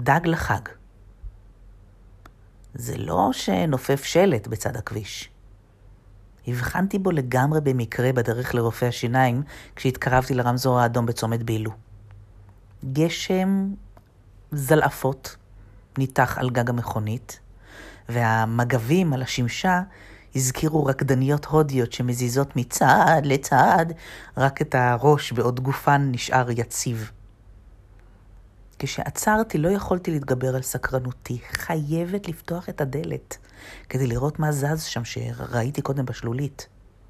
דג לחג. זה לא שנופף שלט בצד הכביש. הבחנתי בו לגמרי במקרה בדרך לרופא השיניים כשהתקרבתי לרמזור האדום בצומת בילו. גשם זלעפות ניתח על גג המכונית, והמגבים על השמשה הזכירו רקדניות הודיות שמזיזות מצד לצד, רק את הראש בעוד גופן נשאר יציב. כשעצרתי לא יכולתי להתגבר על סקרנותי, חייבת לפתוח את הדלת כדי לראות מה זז שם שראיתי קודם בשלולית.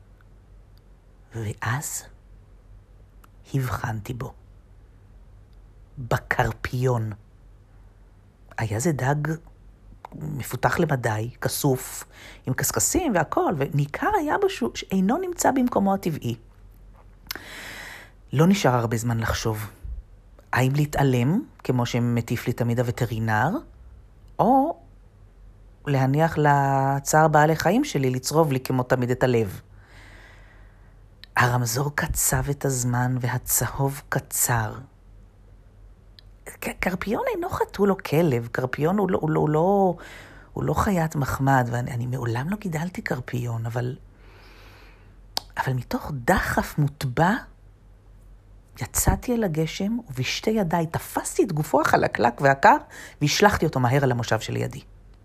ואז הבחנתי בו. בקרפיון. היה זה דג מפותח למדי, כסוף, עם קסקסים והכל, וניכר היה בו שאינו נמצא במקומו הטבעי. לא נשאר הרבה זמן לחשוב. האם להתעלם, כמו שמטיף לי תמיד הווטרינר, או להניח לצער בעלי חיים שלי לצרוב לי כמו תמיד את הלב. הרמזור קצב את הזמן והצהוב קצר. קרפיון אינו חתול או כלב, קרפיון הוא לא חיית מחמד, ואני מעולם לא גידלתי קרפיון, אבל מתוך דחף מוטבע, יצאתי אל הגשם, ובשתי ידיי תפסתי את גופו החלקלק והקר, והשלחתי אותו מהר על המושב שלידי.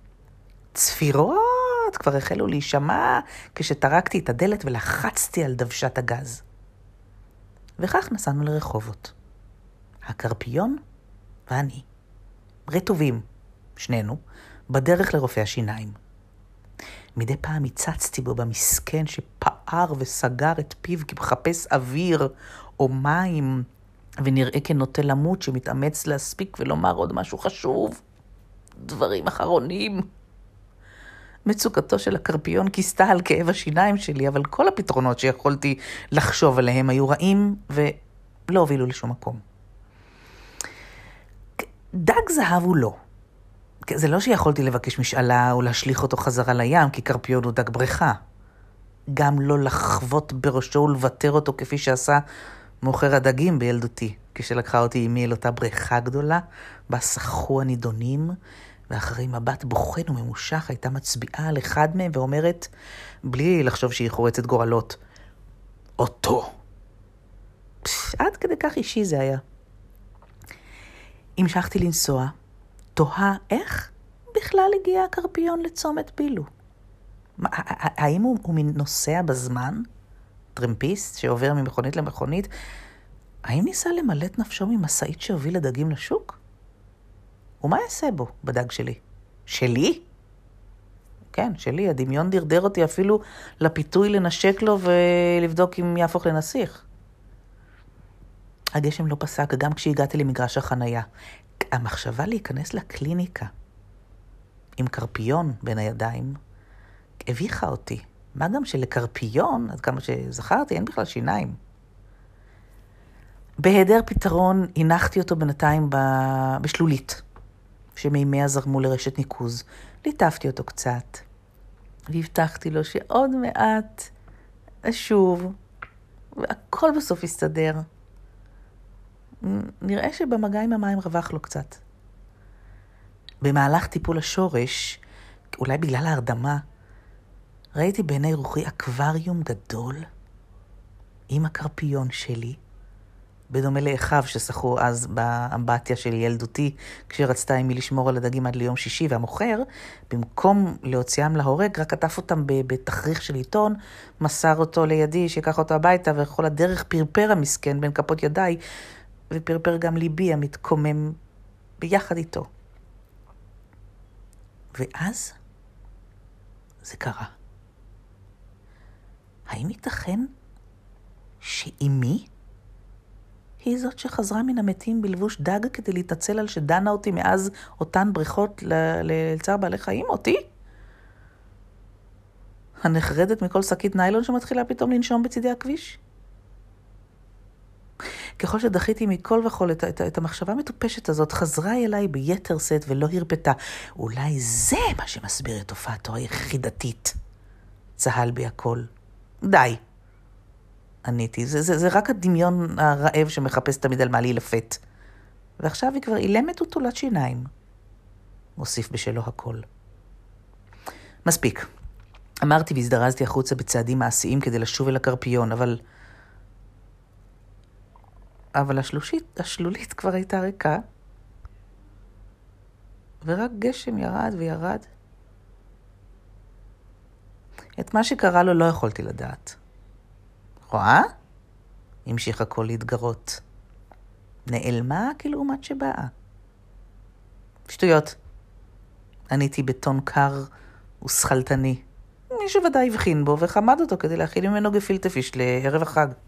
צפירות כבר החלו להישמע, כשטרקתי את הדלת ולחצתי על דוושת הגז. וכך נסענו לרחובות. הקרפיון ואני, רטובים, שנינו, בדרך לרופא השיניים. מדי פעם הצצתי בו במסכן שפער וסגר את פיו כי מחפש אוויר או מים, ונראה כנוטה למות שמתאמץ להספיק ולומר עוד משהו חשוב. דברים אחרונים. מצוקתו של הקרפיון כיסתה על כאב השיניים שלי, אבל כל הפתרונות שיכולתי לחשוב עליהם היו רעים ולא הובילו לשום מקום. דג זהב הוא לא. זה לא שיכולתי לבקש משאלה או להשליך אותו חזרה לים, כי קרפיון הוא דג בריכה. גם לא לחוות בראשו ולוותר אותו כפי שעשה מוכר הדגים בילדותי, כשלקחה אותי אמי אל אותה בריכה גדולה, בה שחו הנידונים, ואחרי מבט בוחן וממושך הייתה מצביעה על אחד מהם ואומרת, בלי לחשוב שהיא חורצת גורלות, אותו. עד כדי כך אישי זה היה. המשכתי לנסוע, תוהה איך בכלל הגיע הקרפיון לצומת בילו. האם הוא נוסע בזמן? טרמפיסט שעובר ממכונית למכונית? האם ניסה למלט נפשו ממסעית שהוביל לדגים לשוק? ומה יעשה בו בדג שלי? שלי? כן, שלי. הדמיון דרדר אותי אפילו לפיתוי לנשק לו ולבדוק אם יהפוך לנסיך. הגשם לא פסק גם כשהגעתי למגרש החנייה. המחשבה להיכנס לקליניקה עם קרפיון בין הידיים הביכה אותי. מה גם שלקרפיון, עד כמה שזכרתי, אין בכלל שיניים. בהיעדר פתרון הנחתי אותו בינתיים בשלולית, שמימיה זרמו לרשת ניקוז. ליטפתי אותו קצת, והבטחתי לו שעוד מעט אשוב, והכל בסוף יסתדר. נראה שבמגע עם המים רווח לו קצת. במהלך טיפול השורש, אולי בגלל ההרדמה, ראיתי בעיני רוחי אקווריום גדול עם הקרפיון שלי, בדומה לאחיו ששחו אז באמבטיה של ילדותי, כשרצתה אמי לשמור על הדגים עד ליום שישי, והמוכר, במקום להוציאם להורג, רק כתף אותם בתכריך של עיתון, מסר אותו לידי שיקח אותו הביתה, וכל הדרך פרפר המסכן בין כפות ידיי, ופרפר גם ליבי המתקומם ביחד איתו. ואז זה קרה. האם ייתכן שאימי היא זאת שחזרה מן המתים בלבוש דג כדי להתעצל על שדנה אותי מאז אותן בריכות לצער בעלי חיים? אותי? הנחרדת מכל שקית ניילון שמתחילה פתאום לנשום בצדי הכביש? ככל שדחיתי מכל וכל את המחשבה המטופשת הזאת, חזרה אליי ביתר סט ולא הרפתה. אולי זה מה שמסביר את תופעתו היחידתית. צהל בי הכל. די. עניתי, זה רק הדמיון הרעב שמחפש תמיד על מה להילפת. ועכשיו היא כבר אילמת ותולת שיניים. הוסיף בשלו הכל. מספיק. אמרתי והזדרזתי החוצה בצעדים מעשיים כדי לשוב אל הקרפיון, אבל השלולית כבר הייתה ריקה, ורק גשם ירד וירד. את מה שקרה לו לא יכולתי לדעת. רואה? המשיך הכל להתגרות. נעלמה כלעומת שבאה. שטויות. עניתי בטון קר ושכלתני. מישהו ודאי הבחין בו וחמד אותו כדי להכיל ממנו גפילטע פיש לערב החג.